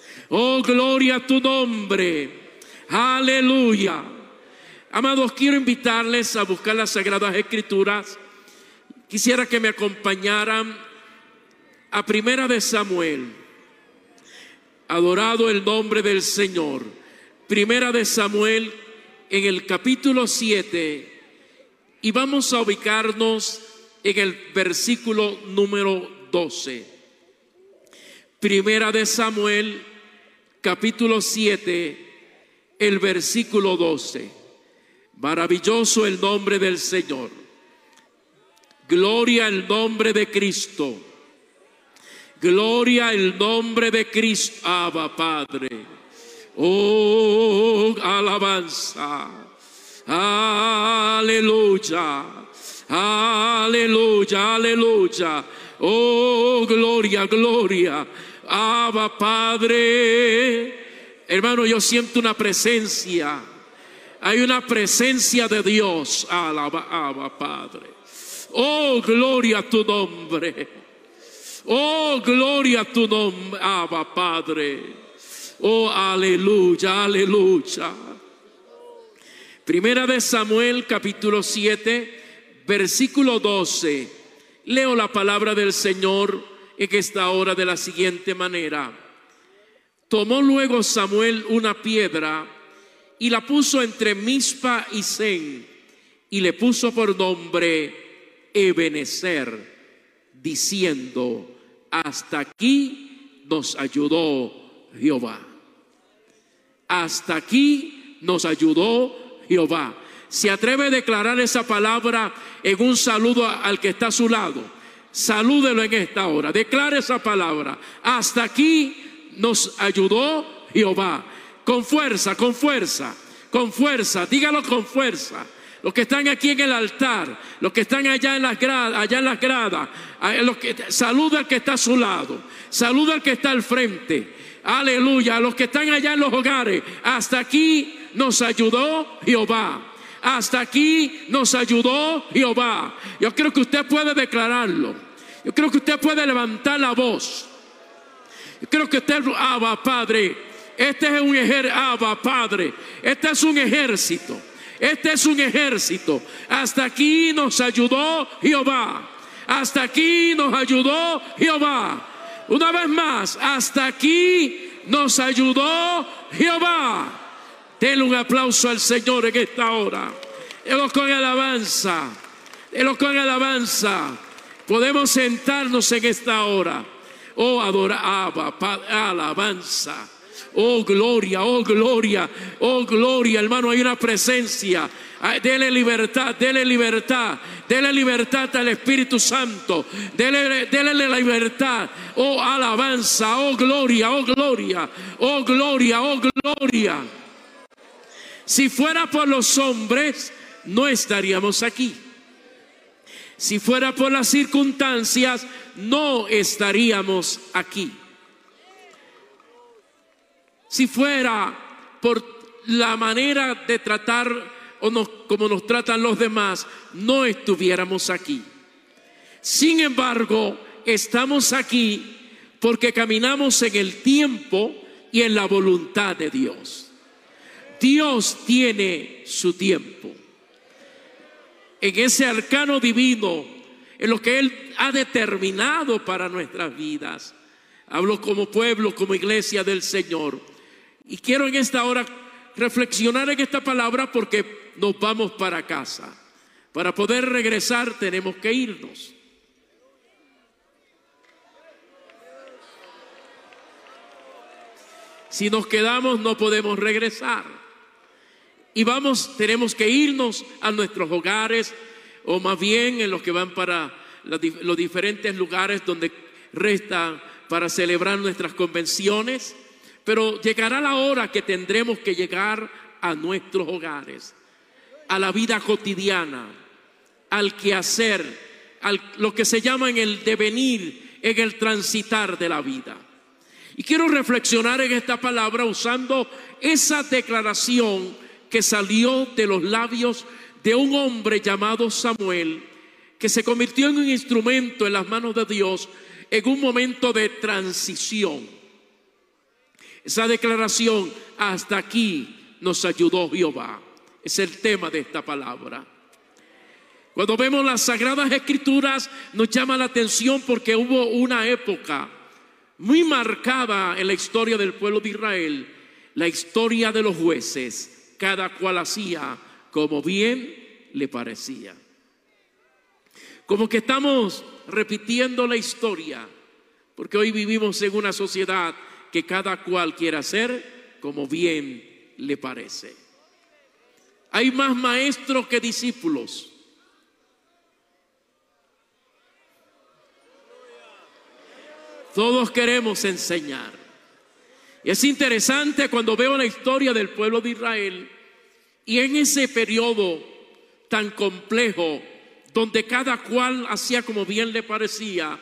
Oh, gloria a tu nombre. Aleluya. Amados, quiero invitarles a buscar las Sagradas Escrituras. Quisiera que me acompañaran a Primera de Samuel. Adorado el nombre del Señor. Primera de Samuel en el capítulo 7. Y vamos a ubicarnos en el versículo número 12. Primera de Samuel, capítulo 7, el versículo 12. Maravilloso el nombre del Señor. Gloria al nombre de Cristo. Gloria al nombre de Cristo. Abba, Padre. Oh, alabanza. Aleluya. Aleluya, aleluya. Oh, gloria, gloria. Abba, Padre. Hermano, yo siento una presencia. Hay una presencia de Dios. Abba, Padre. Oh, gloria a tu nombre. Oh, gloria a tu nombre, Abba, Padre. Oh, aleluya, aleluya. Primera de Samuel, capítulo 7, versículo 12. Leo la palabra del Señor en esta hora de la siguiente manera. Tomó luego Samuel una piedra y la puso entre Mizpa y Sen, y le puso por nombre Ebenezer, diciendo: hasta aquí nos ayudó Jehová. Hasta aquí nos ayudó Jehová. ¿Se atreve a declarar esa palabra en un saludo al que está a su lado? Salúdelo en esta hora. Declare esa palabra. Hasta aquí nos ayudó Jehová. Con fuerza, con fuerza, con fuerza. Dígalo con fuerza. Los que están aquí en el altar, los que están allá en las gradas, saluda al que está a su lado, saluda al que está al frente. Aleluya. A los que están allá en los hogares, hasta aquí nos ayudó Jehová. Hasta aquí nos ayudó Jehová. Yo creo que usted puede declararlo. Yo creo que usted puede levantar la voz. Yo creo que usted, Abba, Padre, este es un ejército. Abba, Padre, este es un ejército. Este es un ejército. Hasta aquí nos ayudó Jehová. Hasta aquí nos ayudó Jehová. Una vez más, hasta aquí nos ayudó Jehová. Denle un aplauso al Señor en esta hora. Denlo con alabanza. Denlo con alabanza. Podemos sentarnos en esta hora. Oh, adoraba, alabanza. Oh, gloria, oh, gloria, oh, gloria. Hermano, hay una presencia. Dele libertad, dele libertad. Dele libertad al Espíritu Santo. Dele la libertad. Oh, alabanza, oh, gloria, oh, gloria, oh, gloria, oh, gloria. Si fuera por los hombres, no estaríamos aquí. Si fuera por las circunstancias, no estaríamos aquí. Si fuera por la manera de tratar como nos tratan los demás, no estuviéramos aquí. Sin embargo, estamos aquí porque caminamos en el tiempo y en la voluntad de Dios. Dios tiene su tiempo. En ese arcano divino, en lo que Él ha determinado para nuestras vidas. Hablo como pueblo, como iglesia del Señor. Y quiero en esta hora reflexionar en esta palabra porque nos vamos para casa. Para poder regresar tenemos que irnos. Si nos quedamos no podemos regresar. Y tenemos que irnos a nuestros hogares, o más bien en los que van para los diferentes lugares donde resta para celebrar nuestras convenciones. Pero llegará la hora que tendremos que llegar a nuestros hogares, a la vida cotidiana, al quehacer, lo que se llama en el devenir, en el transitar de la vida. Y quiero reflexionar en esta palabra usando esa declaración que salió de los labios de un hombre llamado Samuel, que se convirtió en un instrumento en las manos de Dios en un momento de transición. Esa declaración: hasta aquí nos ayudó Jehová, es el tema de esta palabra. Cuando vemos las Sagradas Escrituras nos llama la atención porque hubo una época muy marcada en la historia del pueblo de Israel, la historia de los jueces. Cada cual hacía como bien le parecía. Como que estamos repitiendo la historia, porque hoy vivimos en una sociedad que cada cual quiere hacer como bien le parece. Hay más maestros que discípulos. Todos queremos enseñar. Y es interesante cuando veo la historia del pueblo de Israel y en ese periodo tan complejo donde cada cual hacía como bien le parecía,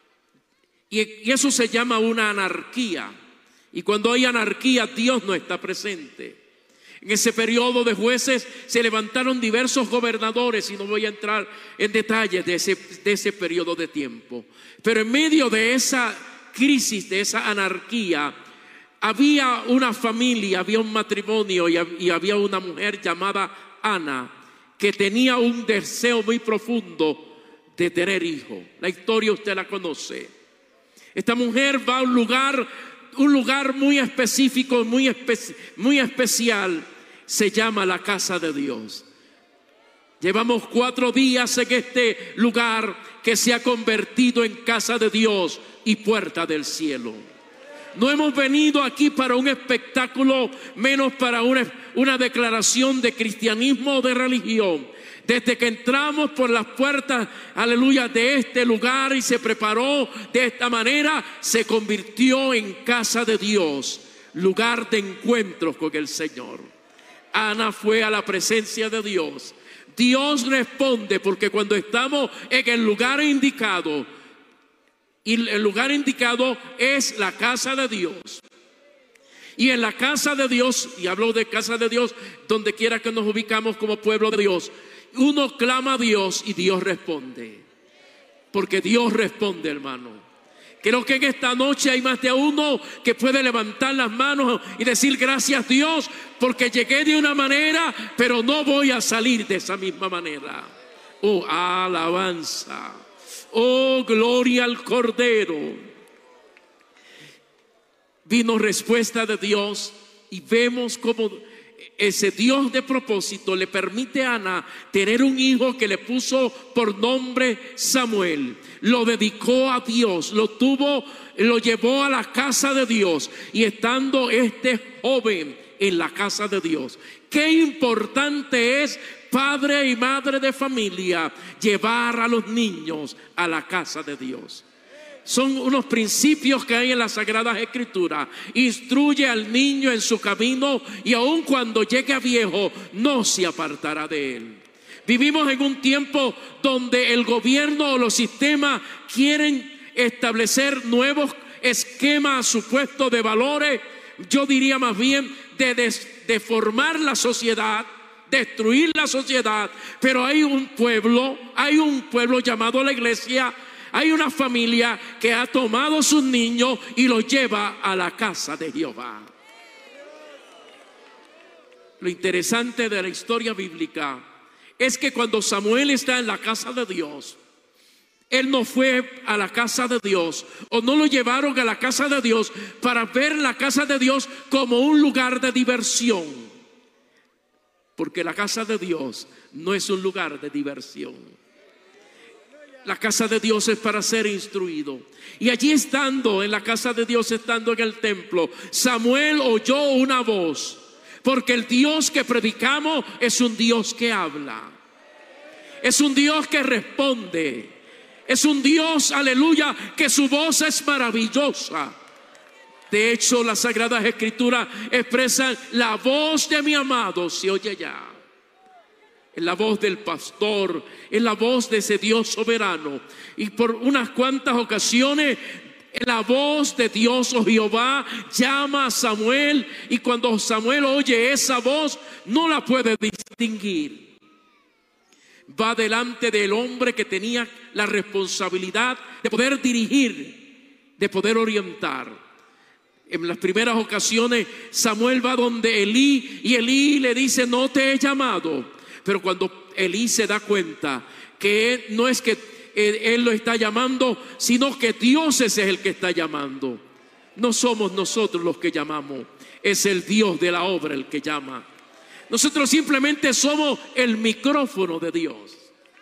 y eso se llama una anarquía. Y cuando hay anarquía, Dios no está presente. En ese periodo de jueces se levantaron diversos gobernadores, y no voy a entrar en detalles de ese periodo de tiempo. Pero en medio de esa crisis, de esa anarquía, había una familia, había un matrimonio y había una mujer llamada Ana, que tenía un deseo muy profundo de tener hijos. La historia usted la conoce. Esta mujer va a un lugar muy específico, muy especial. Se llama la casa de Dios. Llevamos 4 días en este lugar que se ha convertido en casa de Dios y puerta del cielo. No hemos venido aquí para un espectáculo, menos para una declaración de cristianismo o de religión. Desde que entramos por las puertas, aleluya, de este lugar y se preparó de esta manera, se convirtió en casa de Dios, lugar de encuentros con el Señor. Ana fue a la presencia de Dios. Dios responde, porque cuando estamos en el lugar indicado, y el lugar indicado es la casa de Dios. Y en la casa de Dios, y hablo de casa de Dios, donde quiera que nos ubicamos como pueblo de Dios, uno clama a Dios y Dios responde. Porque Dios responde, hermano. Creo que en esta noche hay más de uno que puede levantar las manos y decir: gracias Dios, porque llegué de una manera, pero no voy a salir de esa misma manera. Oh, alabanza. Oh, gloria al Cordero. Vino respuesta de Dios y vemos cómo ese Dios de propósito le permite a Ana tener un hijo que le puso por nombre Samuel. Lo dedicó a Dios, lo llevó a la casa de Dios, y estando este joven en la casa de Dios, qué importante es, padre y madre de familia, llevar a los niños a la casa de Dios. Son unos principios que hay en las Sagradas Escrituras. Instruye al niño en su camino, y aun cuando llegue a viejo no se apartará de él. Vivimos en un tiempo donde el gobierno o los sistemas quieren establecer nuevos esquemas supuestos de valores. Yo diría más bien de deformar la sociedad, destruir la sociedad. Pero hay un pueblo llamado la iglesia. Hay una familia que ha tomado a sus niños y los lleva a la casa de Jehová. Lo interesante de la historia bíblica es que cuando Samuel está en la casa de Dios, él no fue a la casa de Dios, o no lo llevaron a la casa de Dios para ver la casa de Dios como un lugar de diversión. Porque la casa de Dios no es un lugar de diversión. La casa de Dios es para ser instruido. Y allí estando en la casa de Dios, estando en el templo, Samuel oyó una voz. Porque el Dios que predicamos es un Dios que habla. Es un Dios que responde. Es un Dios, aleluya, que su voz es maravillosa. De hecho, las Sagradas Escrituras expresan: la voz de mi amado se oye ya. Es la voz del pastor, es la voz de ese Dios soberano. Y por unas cuantas ocasiones la voz de Dios o Jehová llama a Samuel, y cuando Samuel oye esa voz no la puede distinguir. Va delante del hombre que tenía la responsabilidad de poder dirigir, de poder orientar. En las primeras ocasiones Samuel va donde Elí y Elí le dice: no te he llamado. Pero cuando Elí se da cuenta que no es que él lo está llamando, sino que Dios es el que está llamando. No somos nosotros los que llamamos, es el Dios de la obra el que llama. Nosotros simplemente somos el micrófono de Dios.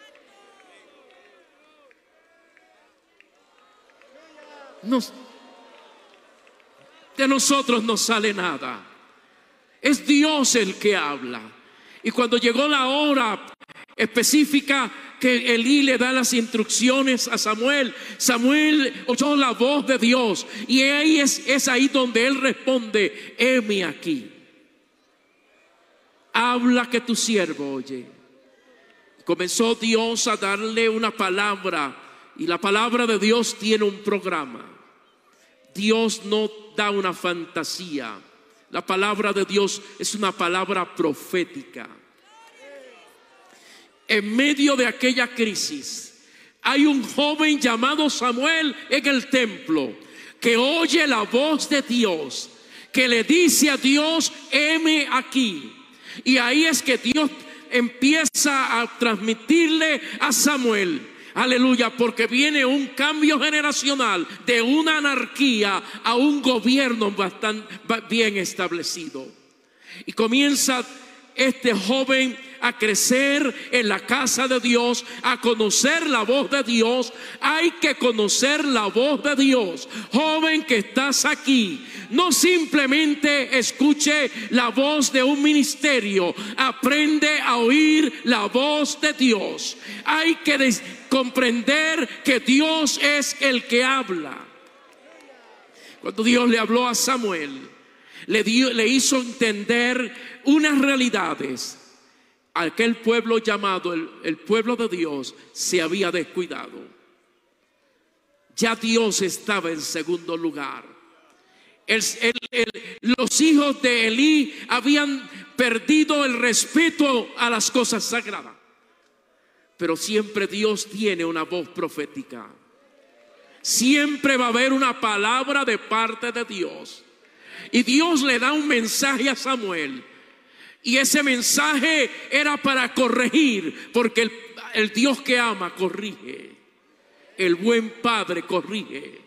De nosotros no sale nada. Es Dios el que habla. Y cuando llegó la hora específica que Elí le da las instrucciones a Samuel, Samuel oyó la voz de Dios. Y ahí es ahí donde él responde: heme aquí. Habla que tu siervo oye. Comenzó Dios a darle una palabra. Y la palabra de Dios tiene un programa. Dios no da una fantasía. La palabra de Dios es una palabra profética. En medio de aquella crisis, hay un joven llamado Samuel en el templo que oye la voz de Dios, que le dice a Dios: heme aquí. Y ahí es que Dios empieza a transmitirle a Samuel, aleluya, porque viene un cambio generacional de una anarquía a un gobierno bastante bien establecido. Y comienza este joven a crecer en la casa de Dios, a conocer la voz de Dios. Hay que conocer la voz de Dios. Joven que estás aquí, no simplemente escuche la voz de un ministerio, aprende a oír la voz de Dios. Hay que comprender que Dios es el que habla. Cuando Dios le habló a Samuel, le hizo entender unas realidades. Aquel pueblo llamado el pueblo de Dios se había descuidado. Ya Dios estaba en segundo lugar. Los hijos de Elí habían perdido el respeto a las cosas sagradas. Pero siempre Dios tiene una voz profética. Siempre va a haber una palabra de parte de Dios. Y Dios le da un mensaje a Samuel. Y ese mensaje era para corregir, porque el Dios que ama corrige. El buen padre corrige.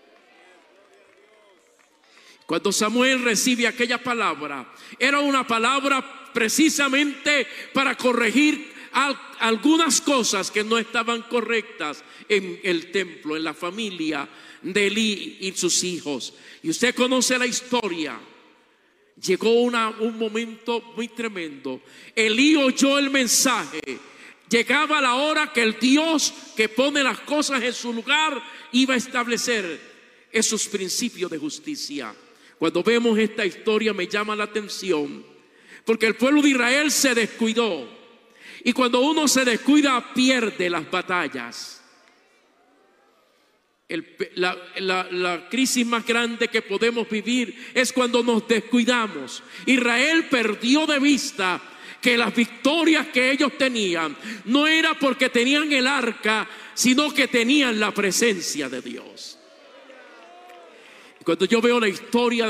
Cuando Samuel recibe aquella palabra, era una palabra precisamente para corregir algunas cosas que no estaban correctas en el templo, en la familia de Elí y sus hijos. Y usted conoce la historia. Llegó un momento muy tremendo. Elí oyó el mensaje. Llegaba la hora que el Dios que pone las cosas en su lugar iba a establecer esos principios de justicia. Cuando vemos esta historia me llama la atención, porque el pueblo de Israel se descuidó. Y cuando uno se descuida, pierde las batallas. La crisis más grande que podemos vivir es cuando nos descuidamos. Israel perdió de vista que las victorias que ellos tenían no era porque tenían el arca, sino que tenían la presencia de Dios. Cuando yo veo la historia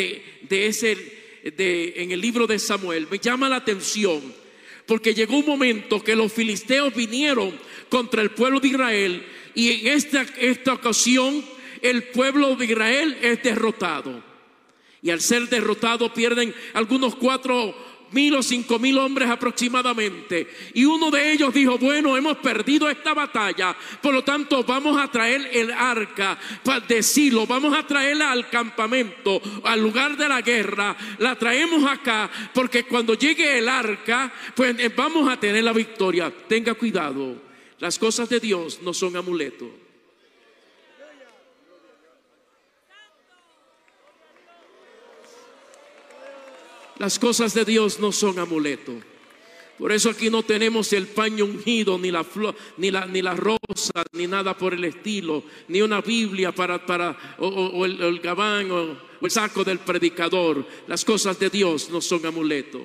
en el libro de Samuel, me llama la atención, porque llegó un momento que los filisteos vinieron contra el pueblo de Israel. Y en esta ocasión el pueblo de Israel es derrotado. Y al ser derrotado pierden algunos 4,000 o 5,000 hombres aproximadamente. Y uno de ellos dijo: bueno, hemos perdido esta batalla, por lo tanto vamos a traer el arca de Silo, vamos a traerla al campamento, al lugar de la guerra. La traemos acá porque cuando llegue el arca, pues vamos a tener la victoria. Tenga cuidado. Las cosas de Dios no son amuletos. Las cosas de Dios no son amuletos. Por eso aquí no tenemos el paño ungido, ni la flor, ni la rosa, ni nada por el estilo, ni una Biblia o el gabán o el saco del predicador. Las cosas de Dios no son amuletos.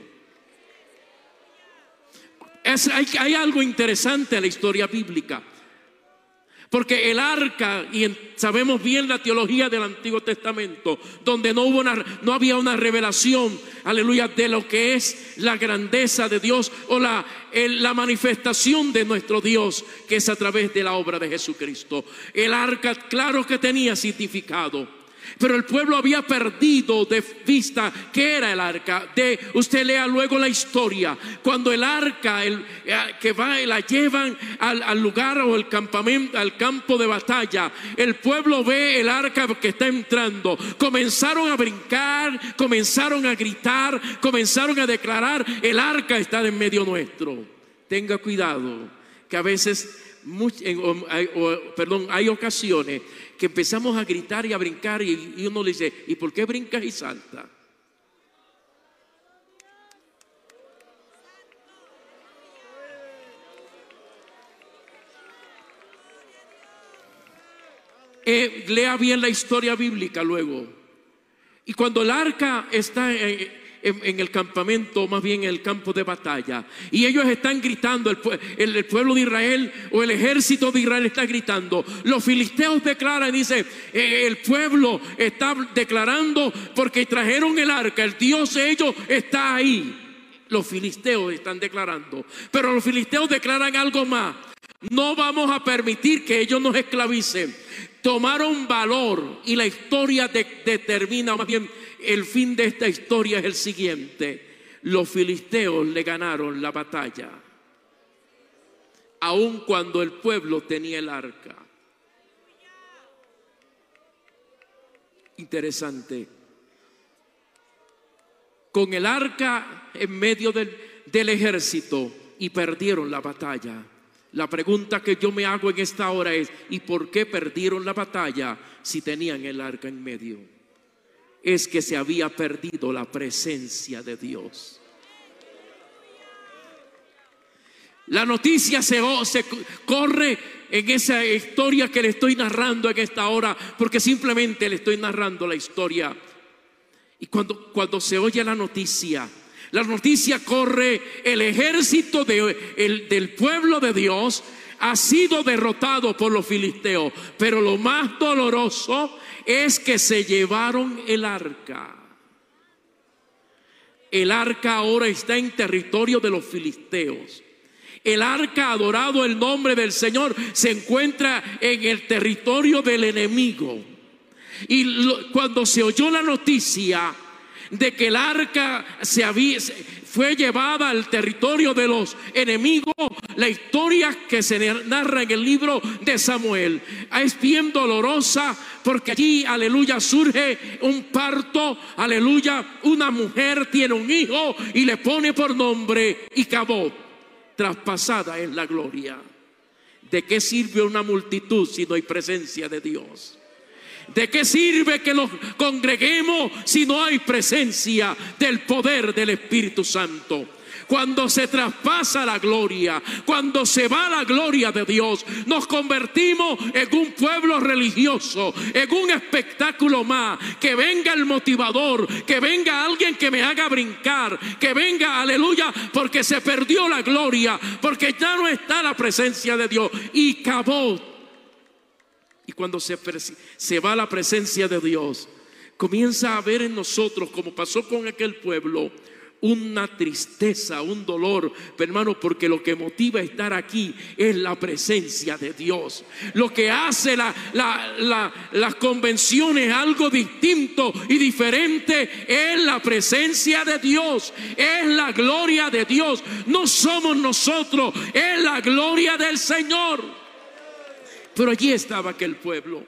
Hay algo interesante en la historia bíblica. Porque el arca, y sabemos bien la teología del Antiguo Testamento, donde no había una revelación, aleluya, de lo que es la grandeza de Dios o la manifestación de nuestro Dios, que es a través de la obra de Jesucristo. El arca, claro que tenía significado, pero el pueblo había perdido de vista qué era el arca. Usted lea luego la historia, cuando el arca la llevan al lugar o el campamento, al campo de batalla, el pueblo ve el arca que está entrando, comenzaron a brincar, comenzaron a gritar, comenzaron a declarar: el arca está en medio nuestro. Tenga cuidado, que a veces hay ocasiones que empezamos a gritar y a brincar, y uno le dice: ¿y por qué brincas y saltas? Lea bien la historia bíblica luego. Y cuando el arca está en el campamento, más bien en el campo de batalla, y ellos están gritando, el pueblo de Israel o el ejército de Israel está gritando, los filisteos declaran, dice, el pueblo está declarando porque trajeron el arca, el Dios de ellos está ahí. Los filisteos están declarando, pero los filisteos declaran algo más: no vamos a permitir que ellos nos esclavicen. Tomaron valor, y la historia determina, más bien el fin de esta historia es el siguiente: los filisteos le ganaron la batalla, aun cuando el pueblo tenía el arca. Interesante. Con el arca en medio del ejército, y perdieron la batalla. La pregunta que yo me hago en esta hora es: ¿y por qué perdieron la batalla si tenían el arca en medio? Es que se había perdido la presencia de Dios. La noticia se corre en esa historia que le estoy narrando en esta hora, porque simplemente le estoy narrando la historia. Y cuando se oye la noticia corre: el ejército del pueblo de Dios ha sido derrotado por los filisteos. Pero lo más doloroso es que se llevaron el arca. El arca ahora está en territorio de los filisteos. El arca, adorado el nombre del Señor, se encuentra en el territorio del enemigo. Y cuando se oyó la noticia de que el arca fue llevada al territorio de los enemigos, la historia que se narra en el libro de Samuel es bien dolorosa, porque allí, aleluya, surge un parto, aleluya, una mujer tiene un hijo y le pone por nombre Icabod. Traspasada es la gloria. ¿De qué sirve una multitud si no hay presencia de Dios? ¿De qué sirve que nos congreguemos si no hay presencia del poder del Espíritu Santo? Cuando se traspasa la gloria, cuando se va la gloria de Dios, nos convertimos en un pueblo religioso, en un espectáculo más. Que venga el motivador, que venga alguien que me haga brincar, que venga, aleluya, porque se perdió la gloria, porque ya no está la presencia de Dios. Y acabó. Y cuando se va la presencia de Dios, comienza a haber en nosotros, como pasó con aquel pueblo, una tristeza, un dolor, pero hermano, porque lo que motiva estar aquí es la presencia de Dios. Lo que hace las convenciones algo distinto y diferente es la presencia de Dios, es la gloria de Dios. No somos nosotros, es la gloria del Señor. Pero allí estaba aquel pueblo.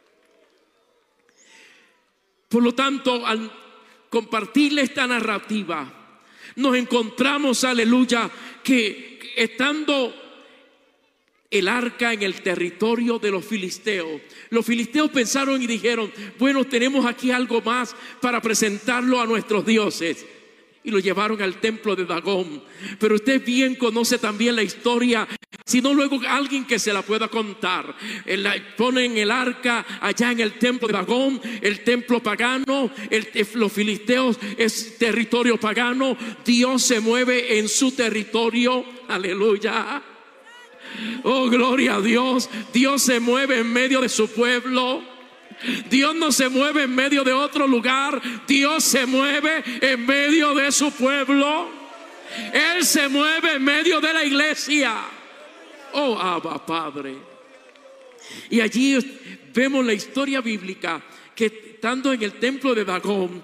Por lo tanto, al compartirle esta narrativa, nos encontramos, aleluya, que estando el arca en el territorio de los filisteos pensaron y dijeron: bueno, tenemos aquí algo más para presentarlo a nuestros dioses. Y lo llevaron al templo de Dagón. Pero usted bien conoce también la historia, si no luego alguien que se la pueda contar. Ponen el arca allá en el templo de Dagón, el templo pagano. Los filisteos es territorio pagano. Dios se mueve en su territorio, aleluya. Oh, gloria a Dios. Dios se mueve en medio de su pueblo. Dios no se mueve en medio de otro lugar. Dios se mueve en medio de su pueblo. Él se mueve en medio de la iglesia. Oh, Abba, Padre. Y allí vemos la historia bíblica, que estando en el templo de Dagón,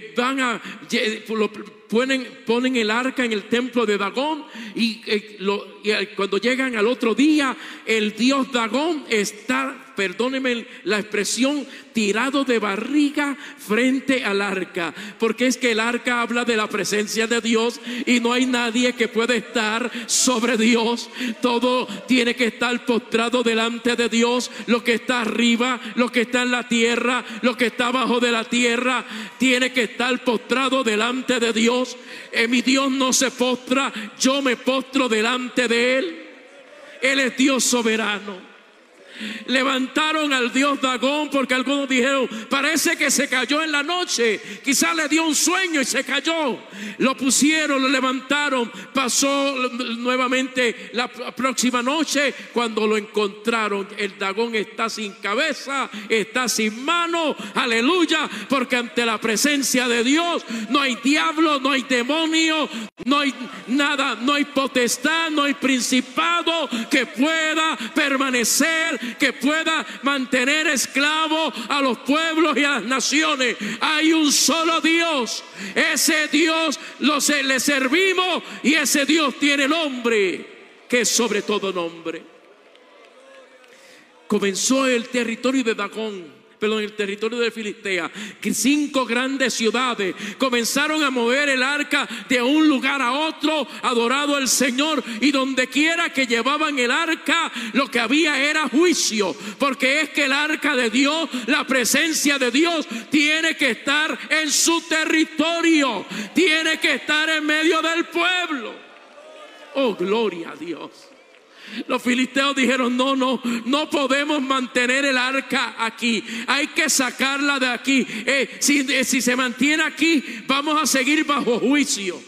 ponen el arca en el templo de Dagón, y cuando llegan al otro día, el dios Dagón está, perdónenme la expresión, tirado de barriga frente al arca, porque es que el arca habla de la presencia de Dios y no hay nadie que pueda estar sobre Dios. Todo tiene que estar postrado delante de Dios. Lo que está arriba, lo que está en la tierra, lo que está abajo de la tierra, tiene que estar postrado delante de Dios. Mi Dios no se postra, yo me postro delante de Él. Él es Dios soberano. Levantaron al dios Dagón, porque algunos dijeron: parece que se cayó en la noche, quizás le dio un sueño y se cayó. Lo pusieron, lo levantaron. Pasó nuevamente la próxima noche, cuando lo encontraron, el Dagón está sin cabeza, está sin mano. Aleluya, porque ante la presencia de Dios no hay diablo, no hay demonio, no hay nada, no hay potestad, no hay principado que pueda permanecer, que pueda mantener esclavos a los pueblos y a las naciones. Hay un solo Dios. Ese Dios le servimos, y ese Dios tiene nombre que es sobre todo nombre. Comenzó el territorio de Dagón, el territorio de Filistea, que 5 grandes ciudades comenzaron a mover el arca de un lugar a otro, adorado al Señor, y donde quiera que llevaban el arca, lo que había era juicio, porque es que el arca de Dios, la presencia de Dios, tiene que estar en su territorio, tiene que estar en medio del pueblo. Oh, gloria a Dios. Los filisteos dijeron: no podemos mantener el arca aquí, hay que sacarla de aquí. Si se mantiene aquí, vamos a seguir bajo juicio.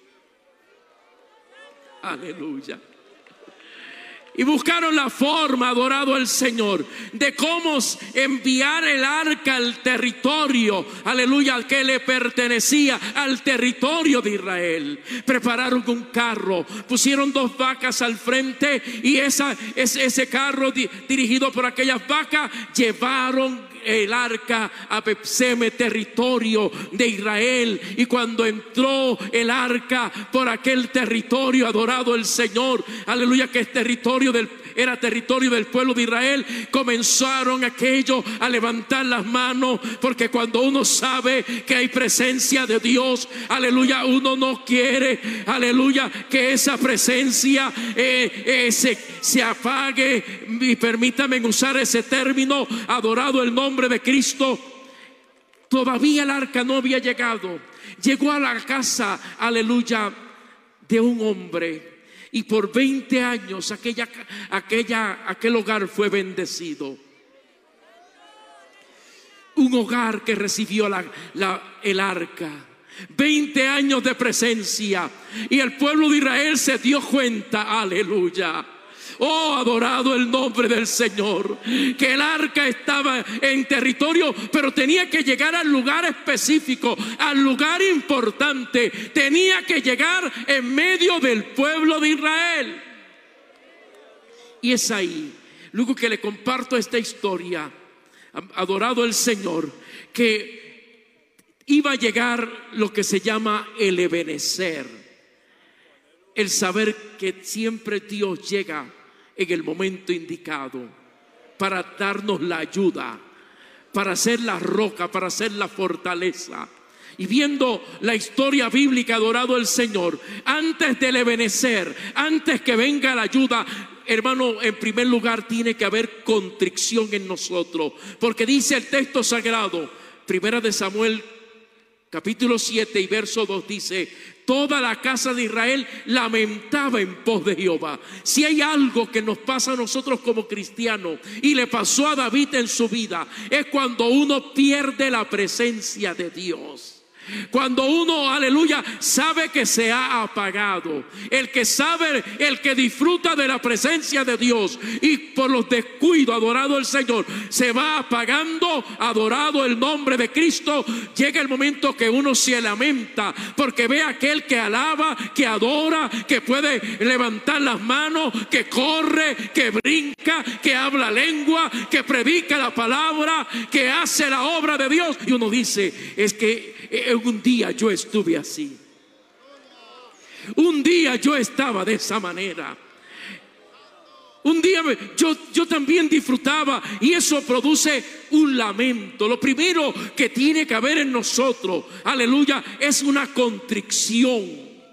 Aleluya. Y buscaron la forma, adorado al Señor, de cómo enviar el arca al territorio, aleluya, al que le pertenecía, al territorio de Israel. Prepararon un carro, pusieron 2 vacas al frente, y ese carro dirigido por aquellas vacas, llevaron el arca a Betseme, territorio de Israel. Y cuando entró el arca por aquel territorio, adorado el Señor, aleluya, que es era territorio del pueblo de Israel, comenzaron aquellos a levantar las manos, porque cuando uno sabe que hay presencia de Dios, aleluya, uno no quiere, aleluya, que esa presencia se apague. Y permítame usar ese término, adorado el nombre de Cristo. Todavía el arca no había llegado. Llegó a la casa, aleluya, de un hombre, y por 20 años aquel hogar fue bendecido. Un hogar que recibió el arca. 20 años de presencia, y el pueblo de Israel se dio cuenta, aleluya. Oh, adorado el nombre del Señor, que el arca estaba en territorio, pero tenía que llegar al lugar específico, al lugar importante. Tenía que llegar en medio del pueblo de Israel. Y es ahí, luego que le comparto esta historia, adorado el Señor, que iba a llegar lo que se llama el Ebenezer, el saber que siempre Dios llega en el momento indicado para darnos la ayuda, para ser la roca, para ser la fortaleza. Y viendo la historia bíblica, adorado el Señor, antes del Ebenezer, antes que venga la ayuda, hermano, en primer lugar tiene que haber contrición en nosotros, porque dice el texto sagrado, 1 Samuel capítulo 7 y verso 2, dice: toda la casa de Israel lamentaba en pos de Jehová. Si hay algo que nos pasa a nosotros como cristianos, y le pasó a David en su vida, es cuando uno pierde la presencia de Dios. Cuando uno, aleluya, sabe que se ha apagado, el que sabe, el que disfruta de la presencia de Dios y por los descuidos adorado al Señor, se va apagando, adorado el nombre de Cristo. Llega el momento que uno se lamenta porque ve a aquel que alaba, que adora, que puede levantar las manos, que corre, que brinca, que habla lengua, que predica la palabra, que hace la obra de Dios. Y uno dice, es que un día yo estuve así. Un día yo estaba de esa manera. Un día yo también disfrutaba, y eso produce un lamento. Lo primero que tiene que haber en nosotros, aleluya, es una contrición.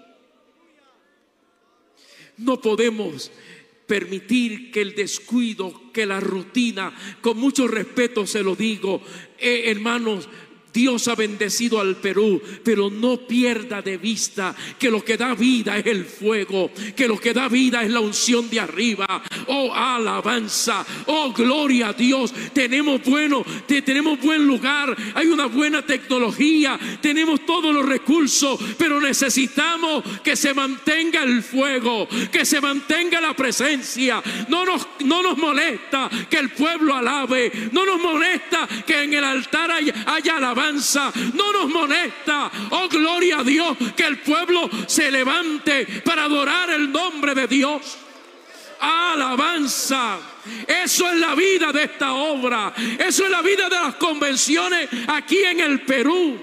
No podemos permitir que el descuido, que la rutina, con mucho respeto se lo digo, hermanos, Dios ha bendecido al Perú, pero no pierda de vista que lo que da vida es el fuego, que lo que da vida es la unción de arriba. Oh, alabanza, oh, gloria a Dios. Tenemos buen lugar, hay una buena tecnología, tenemos todos los recursos, pero necesitamos que se mantenga el fuego, que se mantenga la presencia. No nos molesta que el pueblo alabe, no nos molesta que en el altar haya alabanza. No nos molesta, oh gloria a Dios, que el pueblo se levante para adorar el nombre de Dios. Alabanza. Eso es la vida de esta obra. Eso es la vida de las convenciones aquí en el Perú.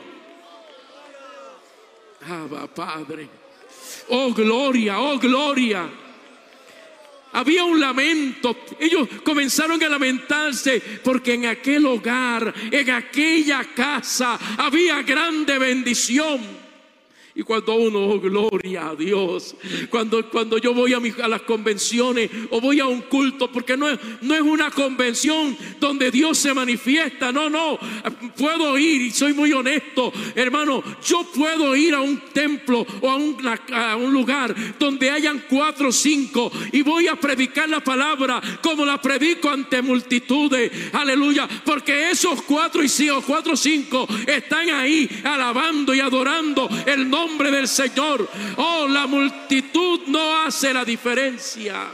Abba, Padre. Oh gloria, oh gloria. Había un lamento. Ellos comenzaron a lamentarse porque en aquel hogar, en aquella casa, había grande bendición. Y cuando uno, oh, gloria a Dios, cuando yo voy a las convenciones o voy a un culto, porque no es una convención donde Dios se manifiesta, no, puedo ir, y soy muy honesto, hermano, yo puedo ir a un templo o a un lugar donde hayan 4 o 5 y voy a predicar la palabra como la predico ante multitudes, aleluya, porque esos 4 o 5 están ahí alabando y adorando el nombre del Señor. Oh, la multitud no hace la diferencia.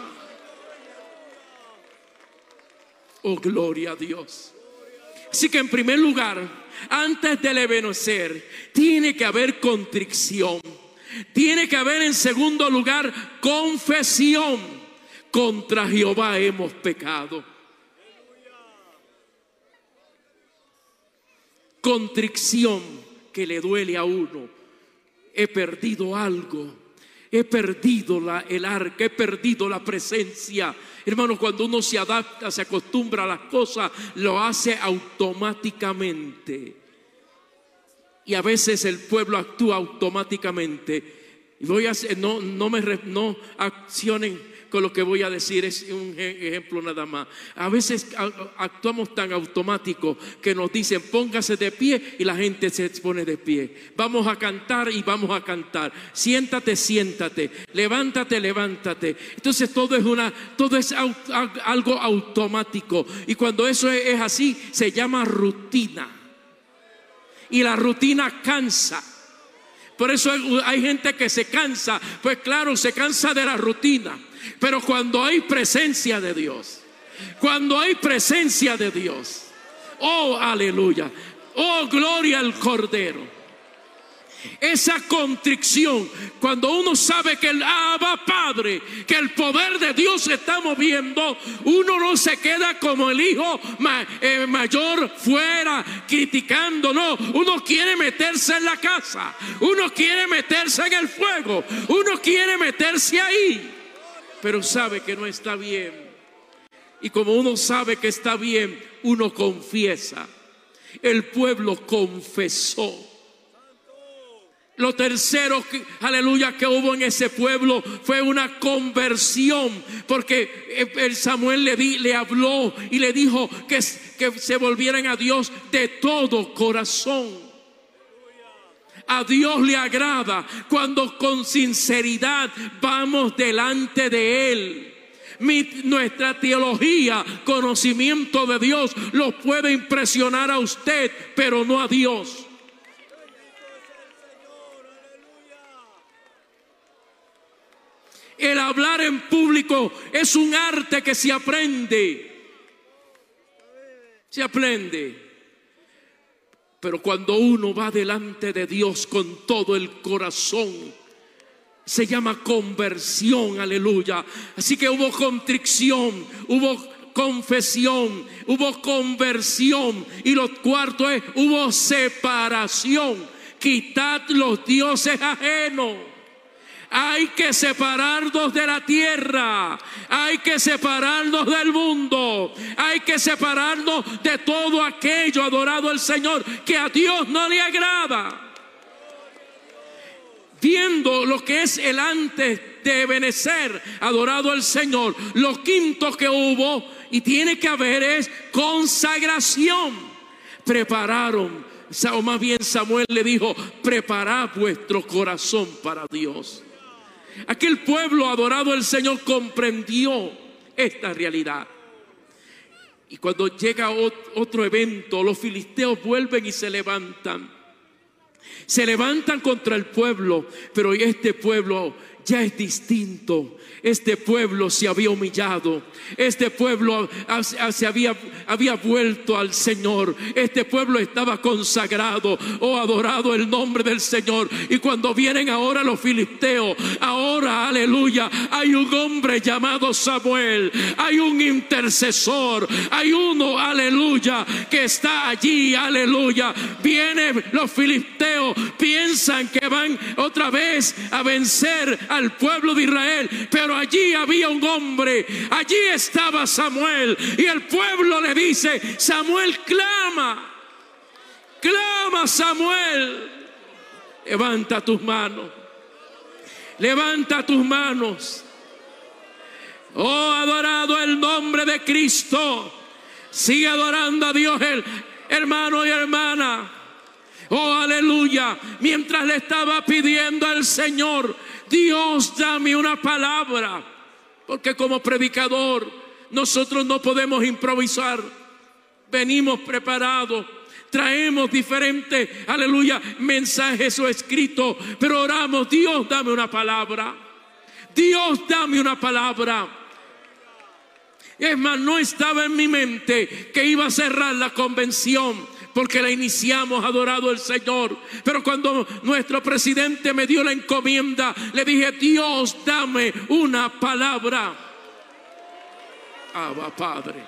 Oh, gloria a Dios. Así que en primer lugar, antes del ebenecer, tiene que haber contrición. Tiene que haber en segundo lugar confesión. Contra Jehová hemos pecado. Contrición que le duele a uno. He perdido algo, he perdido el arca, he perdido la presencia. Hermano, cuando uno se adapta, se acostumbra a las cosas, lo hace automáticamente. Y a veces el pueblo actúa automáticamente. Y voy a hacer, no accionen con lo que voy a decir, es un ejemplo nada más. A veces actuamos tan automático que nos dicen póngase de pie y la gente se pone de pie. Vamos a cantar y vamos a cantar. Siéntate, levántate. Entonces todo es algo automático, y cuando eso es así se llama rutina, y la rutina cansa. Por eso hay gente que se cansa, pues claro, se cansa de la rutina. Pero cuando hay presencia de Dios, oh aleluya, oh gloria al Cordero, esa contrición, cuando uno sabe que el Abba Padre, que el poder de Dios se está moviendo, uno no se queda como el hijo mayor fuera criticando, no, uno quiere meterse en la casa, uno quiere meterse en el fuego, uno quiere meterse ahí, pero sabe que no está bien. Y como uno sabe que está bien, uno confiesa. El pueblo confesó. Lo tercero, aleluya, que hubo en ese pueblo fue una conversión, porque el Samuel le habló y le dijo que se volvieran a Dios de todo corazón. A Dios le agrada cuando con sinceridad vamos delante de Él. Nuestra teología, conocimiento de Dios, lo puede impresionar a usted, pero no a Dios. El hablar en público es un arte que se aprende. Se aprende. Pero cuando uno va delante de Dios con todo el corazón, se llama conversión, aleluya. Así que hubo contrición, hubo confesión, hubo conversión. Y lo cuarto es, hubo separación. Quitad los dioses ajenos. Hay que separarnos de la tierra, hay que separarnos del mundo, hay que separarnos de todo aquello adorado al Señor que a Dios no le agrada. Viendo lo que es el antes de Ebenezer, adorado al Señor, lo quinto que hubo y tiene que haber es consagración. Prepararon, o más bien Samuel le dijo: preparad vuestro corazón para Dios. Aquel pueblo adorado al Señor comprendió esta realidad. Y cuando llega otro evento, los filisteos vuelven y se levantan. Se levantan contra el pueblo, pero este pueblo ya es distinto. Este pueblo se había humillado. Este pueblo había vuelto al Señor. Este pueblo estaba consagrado o adorado el nombre del Señor. Y cuando vienen ahora los filisteos, ahora, aleluya, hay un hombre llamado Samuel. Hay un intercesor. Hay uno, aleluya, que está allí, aleluya. Vienen los filisteos, piensan que van otra vez a vencer al pueblo de Israel, pero allí había un hombre, allí estaba Samuel, y el pueblo le dice: Samuel, clama, clama, Samuel. Levanta tus manos, levanta tus manos. Oh, adorado el nombre de Cristo. Sigue adorando a Dios, hermano y hermana. Oh, aleluya. Mientras le estaba pidiendo al Señor: Dios, dame una palabra. Porque como predicador nosotros no podemos improvisar. Venimos preparados. Traemos diferentes, aleluya, mensajes o escritos. Pero oramos: Dios, dame una palabra. Dios, dame una palabra. Es más, no estaba en mi mente que iba a cerrar la convención, porque la iniciamos adorado al Señor. Pero cuando nuestro presidente me dio la encomienda, le dije: Dios, dame una palabra. Abba, Padre.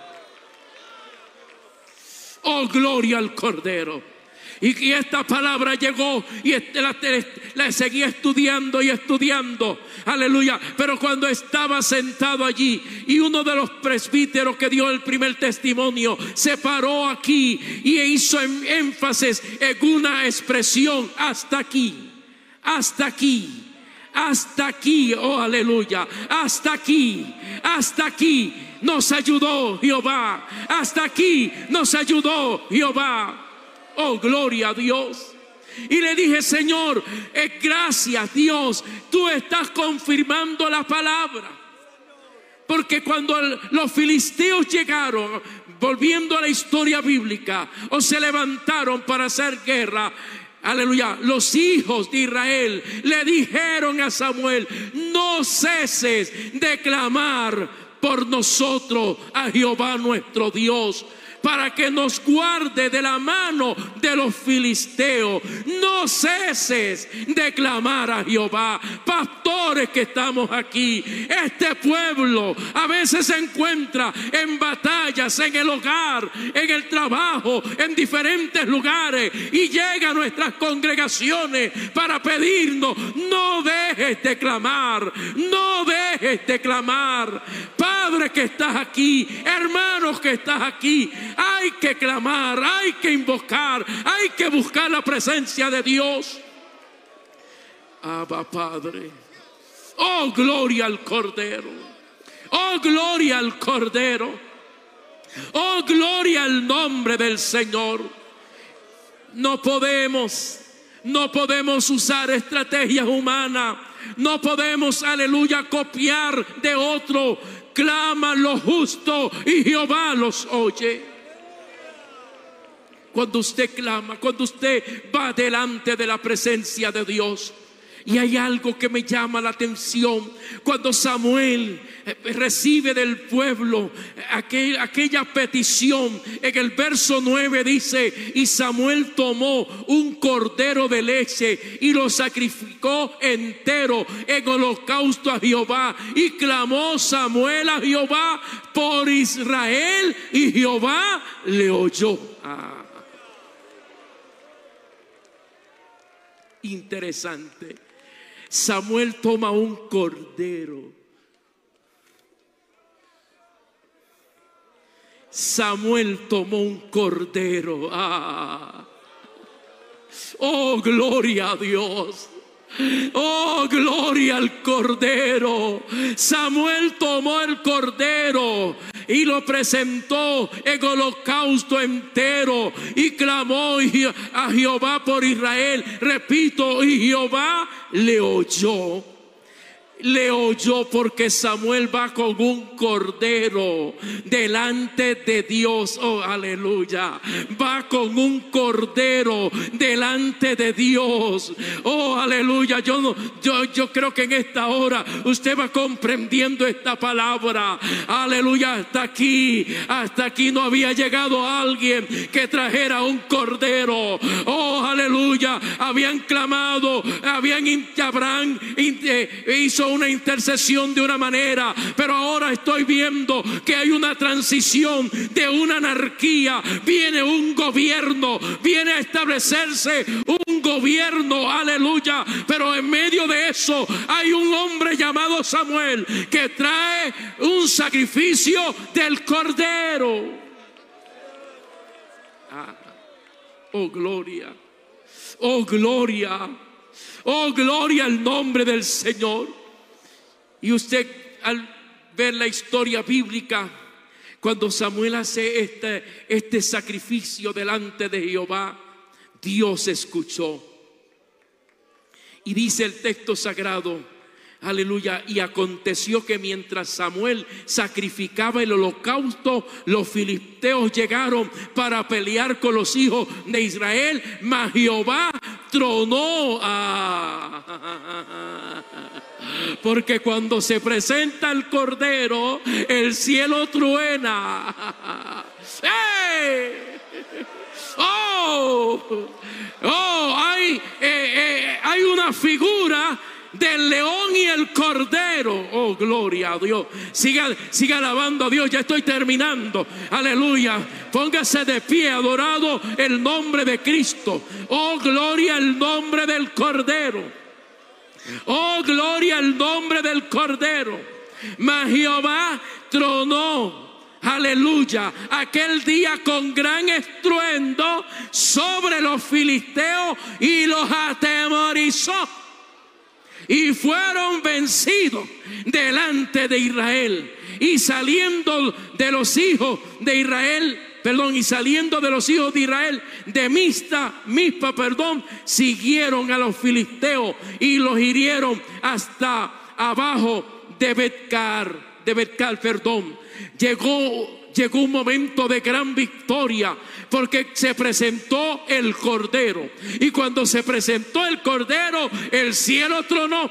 Oh, gloria al Cordero. Y esta palabra llegó y la seguía estudiando y estudiando. Aleluya. Pero cuando estaba sentado allí y uno de los presbíteros que dio el primer testimonio se paró aquí y hizo énfasis en una expresión: hasta aquí, hasta aquí, hasta aquí, oh aleluya, hasta aquí, hasta aquí nos ayudó Jehová, hasta aquí nos ayudó Jehová. Oh, gloria a Dios. Y le dije: Señor, gracias Dios, tú estás confirmando la palabra. Porque cuando los filisteos llegaron, volviendo a la historia bíblica, o se levantaron para hacer guerra, aleluya, los hijos de Israel le dijeron a Samuel: no ceses de clamar por nosotros a Jehová nuestro Dios, para que nos guarde de la mano de los filisteos. No ceses de clamar a Jehová. Pastores que estamos aquí, este pueblo a veces se encuentra en batallas, en el hogar, en el trabajo, en diferentes lugares, y llega a nuestras congregaciones para pedirnos: no dejes de clamar, no dejes de clamar. Padre que estás aquí, hermanos que estás aquí, hay que clamar, hay que invocar, hay que buscar la presencia de Dios. Abba, Padre. Oh, gloria al Cordero. Oh, gloria al Cordero. Oh, gloria al nombre del Señor. No podemos usar estrategias humanas. No podemos, aleluya, copiar de otro. Clama lo justo y Jehová los oye. Cuando usted clama, cuando usted va delante de la presencia de Dios, Y hay algo que me llama la atención cuando Samuel recibe del pueblo aquella petición. En el verso 9 dice: y Samuel tomó un cordero de leche y lo sacrificó entero en holocausto a Jehová. Y clamó Samuel a Jehová por Israel, y Jehová le oyó. Interesante. Samuel toma un cordero. Samuel tomó un cordero. Oh, gloria a Dios. Oh, gloria al cordero. Samuel tomó el cordero y lo presentó en holocausto entero, y clamó a Jehová por Israel. Repito, y Jehová le oyó. Le oyó, porque Samuel va con un cordero delante de Dios. Oh, aleluya. Va con un cordero delante de Dios. Oh, aleluya. Yo creo que en esta hora usted va comprendiendo esta palabra. Aleluya. Hasta aquí no había llegado alguien que trajera un cordero. Oh, aleluya. Habían clamado, Abraham hizo una intercesión de una manera, pero ahora estoy viendo que hay una transición de una anarquía. Viene un gobierno, viene a establecerse un gobierno, aleluya. Pero en medio de eso hay un hombre llamado Samuel que trae un sacrificio del cordero. Oh, gloria. Oh, gloria. Oh, gloria al nombre del Señor. Y usted, al ver la historia bíblica, cuando Samuel hace este sacrificio delante de Jehová, Dios escuchó. Y dice el texto sagrado, aleluya: y aconteció que mientras Samuel sacrificaba el holocausto, los filisteos llegaron para pelear con los hijos de Israel, mas Jehová tronó. Porque cuando se presenta el cordero, el cielo truena. ¡Hey! Hay una figura del león y el cordero. Oh, gloria a Dios. Siga alabando a Dios. Ya estoy terminando. Aleluya. Póngase de pie, adorado el nombre de Cristo. Oh, gloria al nombre del cordero. Oh, gloria al nombre del cordero. Mas Jehová tronó, aleluya, aquel día con gran estruendo sobre los filisteos y los atemorizó, y fueron vencidos delante de Israel. Y saliendo de los hijos de Israel, de Mizpa, siguieron a los filisteos y los hirieron hasta abajo de Betcar. Llegó un momento de gran victoria, porque se presentó el cordero. Y cuando se presentó el cordero, el cielo tronó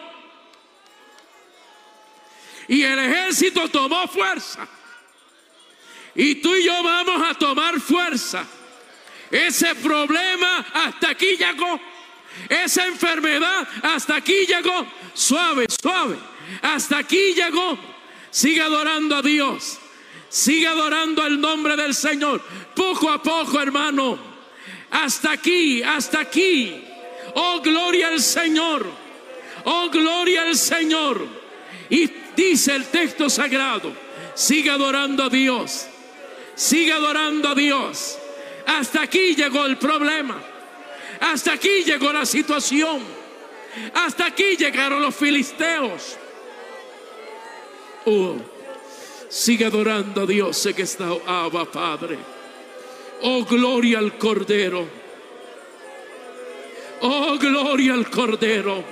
y el ejército tomó fuerza. Y tú y yo vamos a tomar fuerza. Ese problema hasta aquí llegó. Esa enfermedad hasta aquí llegó. Suave, suave. Hasta aquí llegó. Sigue adorando a Dios. Sigue adorando el nombre del Señor. Poco a poco, hermano. Hasta aquí, hasta aquí. Oh, gloria al Señor. Oh, gloria al Señor. Y dice el texto sagrado: sigue adorando a Dios. Sigue adorando a Dios. Hasta aquí llegó el problema. Hasta aquí llegó la situación. Hasta aquí llegaron los filisteos. Oh, sigue adorando a Dios. Sé que está Abba, Padre. Oh, gloria al Cordero. Oh, gloria al Cordero.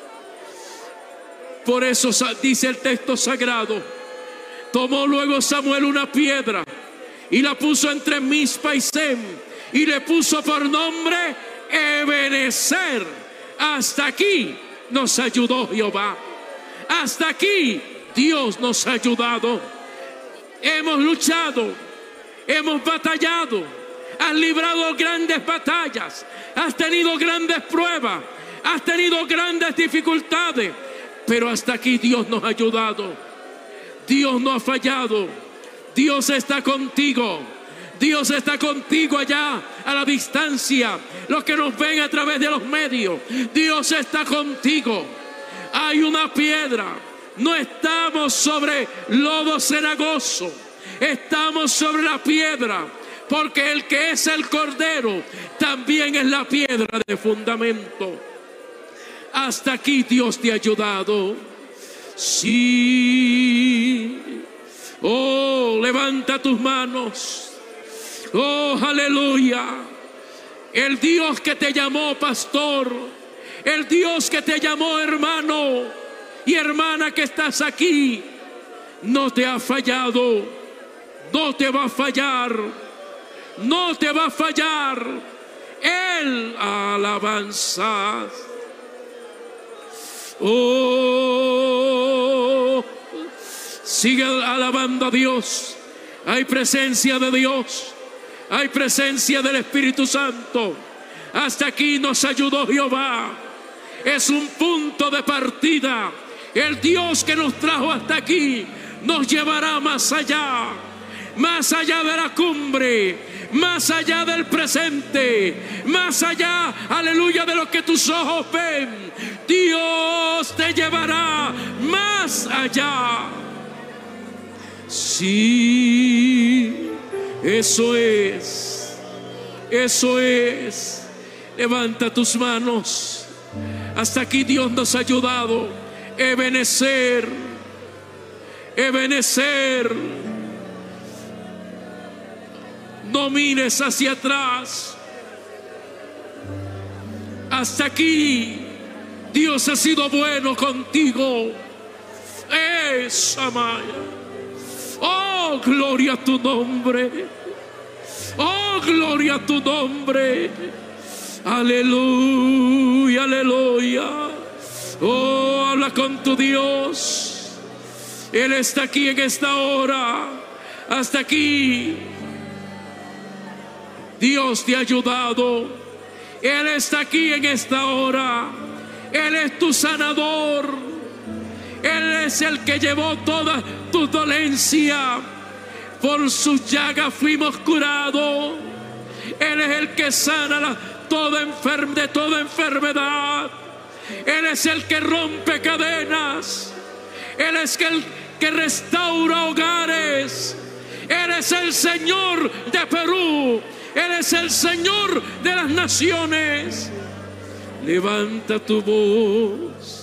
Por eso dice el texto sagrado: tomó luego Samuel una piedra y la puso entre Mizpa y Sem, y le puso por nombre Ebenezer. Hasta aquí nos ayudó Jehová. Hasta aquí Dios nos ha ayudado. Hemos luchado, hemos batallado, has librado grandes batallas, has tenido grandes pruebas, has tenido grandes dificultades, pero hasta aquí Dios nos ha ayudado. Dios no ha fallado. Dios está contigo. Dios está contigo allá a la distancia, los que nos ven a través de los medios. Dios está contigo. Hay una piedra. No estamos sobre lodo cenagoso, estamos sobre la piedra, porque el que es el Cordero también es la piedra de fundamento. Hasta aquí Dios te ha ayudado. Sí. Oh, levanta tus manos. Oh, aleluya. El Dios que te llamó pastor, el Dios que te llamó hermano y hermana que estás aquí, no te ha fallado, no te va a fallar, no te va a fallar. Él alabanza. Oh, sigue alabando a Dios. Hay presencia de Dios, hay presencia del Espíritu Santo. Hasta aquí nos ayudó Jehová. Es un punto de partida. El Dios que nos trajo hasta aquí nos llevará más allá de la cumbre, más allá del presente, más allá, aleluya, de lo que tus ojos ven. Dios te llevará más allá. Sí, eso es, eso es. Levanta tus manos. Hasta aquí Dios nos ha ayudado. Ebenecer, Ebenecer. No mires hacia atrás. Hasta aquí Dios ha sido bueno contigo. Samaya. Oh, gloria a tu nombre. Oh, gloria a tu nombre. Aleluya, aleluya. Oh, habla con tu Dios. Él está aquí en esta hora. Hasta aquí Dios te ha ayudado. Él está aquí en esta hora. Él es tu sanador. Él es el que llevó toda tu dolencia. Por sus llagas fuimos curados. Él es el que sana de toda enfermedad. Él es el que rompe cadenas. Él es el que restaura hogares. Él es el Señor de Perú. Él es el Señor de las naciones. Levanta tu voz.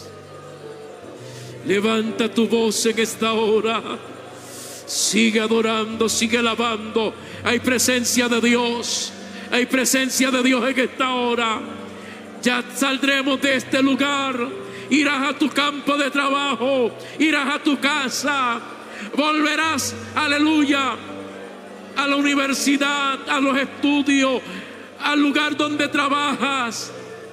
Levanta tu voz en esta hora. Sigue adorando, sigue alabando. Hay presencia de Dios. Hay presencia de Dios en esta hora. Ya saldremos de este lugar. Irás a tu campo de trabajo. Irás a tu casa. Volverás, aleluya, a la universidad, a los estudios, al lugar donde trabajas.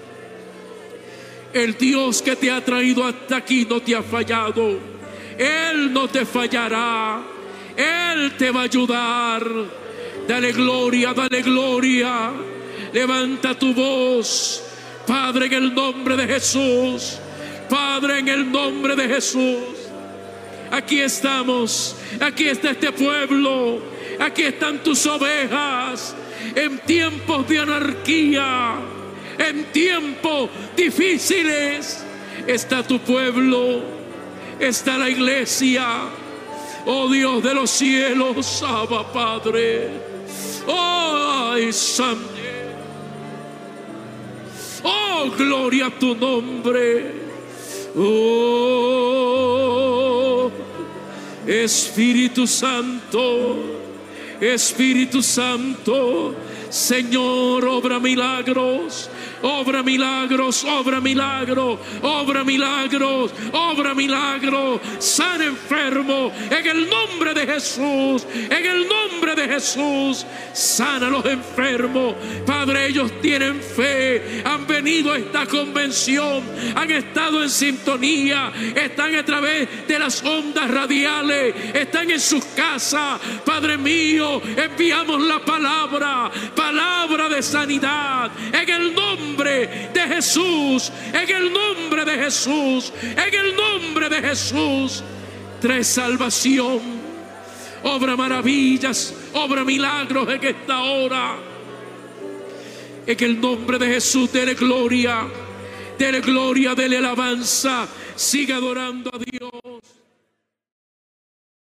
El Dios que te ha traído hasta aquí no te ha fallado. Él no te fallará. Él te va a ayudar. Dale gloria, dale gloria. Levanta tu voz. Padre, en el nombre de Jesús. Padre, en el nombre de Jesús. Aquí estamos. Aquí está este pueblo. Aquí están tus ovejas. En tiempos de anarquía, en tiempos difíciles, está tu pueblo, está la iglesia. Oh Dios de los cielos, Abba Padre. Oh, ay, Santo. Oh, gloria a tu nombre. Oh, Espíritu Santo, Espíritu Santo. Señor, obra milagros, Obra milagros, obra milagros, obra milagros, obra milagros. Sana enfermo en el nombre de Jesús, en el nombre de Jesús. Sana a los enfermos. Padre, ellos tienen fe, han venido a esta convención, han estado en sintonía, están a través de las ondas radiales, están en sus casas. Padre mío, enviamos la palabra, palabra de sanidad, en el nombre de Jesús, en el nombre de Jesús, en el nombre de Jesús. Trae salvación, obra maravillas, obra milagros en esta hora. En el nombre de Jesús, dele gloria, dele alabanza. Siga adorando a Dios.